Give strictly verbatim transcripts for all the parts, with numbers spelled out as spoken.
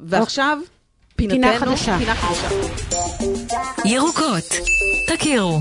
ועכשיו, פינתנו, פינה חדשה. פינה חדשה. ירוקות, תכירו.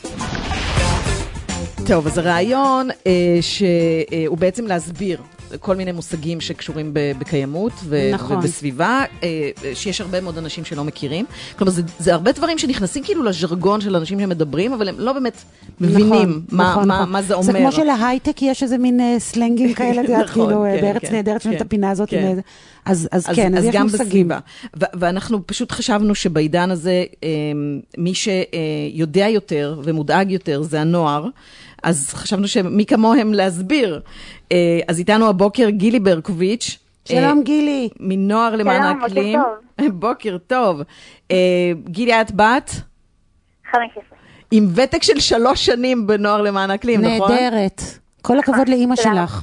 טוב, אז הרעיון אה, שהוא בעצם להסביר כל מיני מושגים שקשורים בקיימות ו- נכון. ובסביבה, אה, שיש הרבה מאוד אנשים שלא מכירים. כלומר, זה, זה הרבה דברים שנכנסים כאילו לז'רגון של אנשים שמדברים, אבל הם לא באמת מבינים נכון, מה, נכון, מה, נכון. מה זה אומר. זה כמו שלהייטק יש איזה מין uh, סלנגים כאלה, נכון, כאילו כן, בארץ כן, נהדרת, כן, את הפינה הזאת. כן. עם, אז, אז, אז, כן, אז, אז יש גם מושגים. בסביבה. ו- ואנחנו פשוט חשבנו שבעידן הזה, מי שיודע יותר ומודאג יותר זה הנוער, אז חשבנו שמי כמוהם להסביר. אז איתנו הבוקר גילי ברקוביץ'. שלום גילי. מנוער למען האקלים. בוקר טוב. גילי, את בת? חמש עשרה. עם ותק של שלוש שנים בנוער למען האקלים, נכון? נהדרת. כל הכבוד לאמא שלך.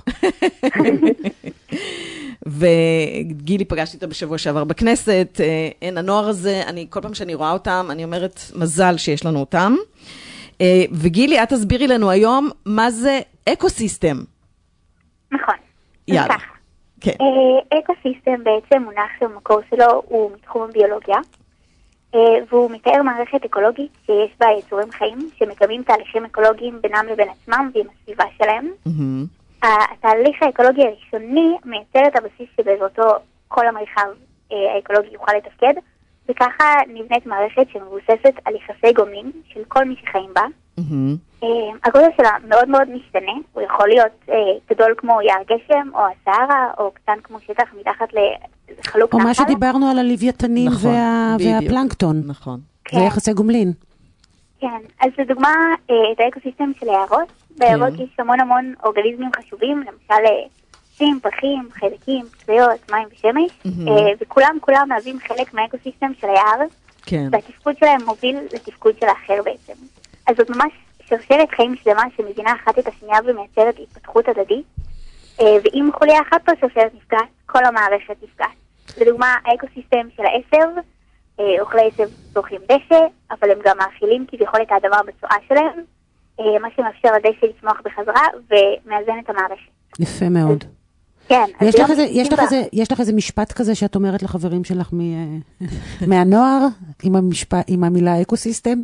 וגילי פגשתי אותה בשבוע שעבר בכנסת. אין, הנוער הזה, אני, כל פעם שאני רואה אותם, אני אומרת, מזל שיש לנו אותם. וגילי, את תסבירי לנו היום מה זה אקוסיסטם. נכון. יאללה. כן. אקוסיסטם בעצם מונח שהמקור שלו הוא מתחום הביולוגיה, והוא מתאר מערכת אקולוגית שיש בה יצורים חיים שמקיימים תהליכים אקולוגיים בינם לבין עצמם ועם הסביבה שלהם. התהליך האקולוגי הראשוני מייצר את הבסיס שבעזרתו כל המרחב האקולוגי יוכל לתפקד, וככה נבנית מערכת שמבוססת על יחסי גומלין של כל מי שחיים בה. הגודל שלה מאוד מאוד משתנה, הוא יכול להיות גדול כמו יער גשם או הסהרה, או קטן כמו שטח מתחת לחלוק נחל. או מה שדיברנו על הלוויתנים והפלנקטון. נכון. זה יחסי גומלין. כן, אז לדוגמה את האקוסיסטם של היערות. ביערות יש המון המון אורגניזמים חשובים, למשל עצים, פרחים, חלקים, צביות, מים ושמש, וכולם כולם מהווים חלק מהאקוסיסטם של היער, והתפקוד שלהם מוביל לתפקוד של האחר בעצם. אז זאת ממש שרשרת חיים שלמה שמבינה אחת את השנייה ומייצרת התפתחות הדדית, ואם חוליה אחת פה שרשרת נפגעת, כל המערכת נפגעת. לדוגמה, האקוסיסטם של העשב, אוכלי עשב צורכים דשא, אבל הם גם מאכילים כביכול את האדמה בצואה שלהם, מה שמאפשר לדשא לצמוח בחזרה ומאזן את המערכת. יפה מאוד. כן. יש לך איזה, יש לך איזה, יש לך איזה משפט כזה שאת אומרת לחברים שלך מהנוער, עם המשפט, עם המילה אקוסיסטם?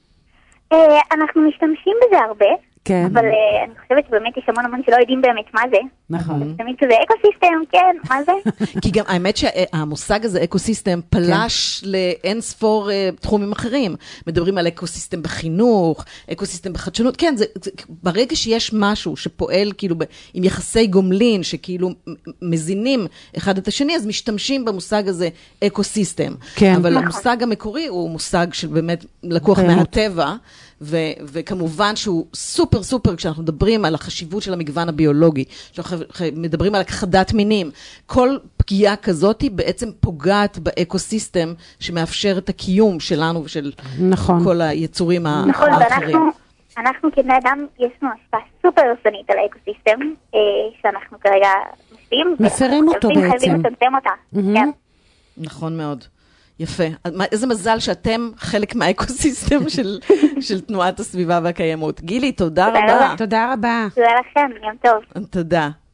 אנחנו משתמשים בזה הרבה, כן. אבל אני חושבת שבאמת יש המון המון שלא יודעים באמת מה זה. נכון. תמיד כזה אקוסיסטם, כן, מה זה? כי גם האמת שהמושג הזה, אקוסיסטם, פלש לאין ספור תחומים אחרים. מדברים על אקוסיסטם בחינוך, אקוסיסטם בחדשנות. כן, זה, זה, ברגע שיש משהו שפועל כאילו ב, עם יחסי גומלין, שכאילו מזינים אחד את השני, אז משתמשים במושג הזה אקוסיסטם. כן. אבל נכון. המושג המקורי הוא מושג של באמת לקוח מהטבע, ו- וכמובן שהוא סופר סופר, כשאנחנו מדברים על החשיבות של המגוון הביולוגי, כשאנחנו מדברים על הכחדת מינים, כל פגיעה כזאת היא בעצם פוגעת באקוסיסטם שמאפשר את הקיום שלנו ושל נכון. כל היצורים נכון, האחרים. ואנחנו, אנחנו כבני אדם, יש לנו השפעה סופר הרסנית על האקוסיסטם, אה, שאנחנו כרגע משפיעים. מפרים אותו חייבים, בעצם. חייבים לצמצם אותה. Mm-hmm. כן. נכון מאוד. יפה. איזה מזל שאתם חלק מהאקוסיסטם של, של תנועת הסביבה והקיימות. גילי, תודה רבה. תודה רבה. תודה לכם, יום טוב. תודה.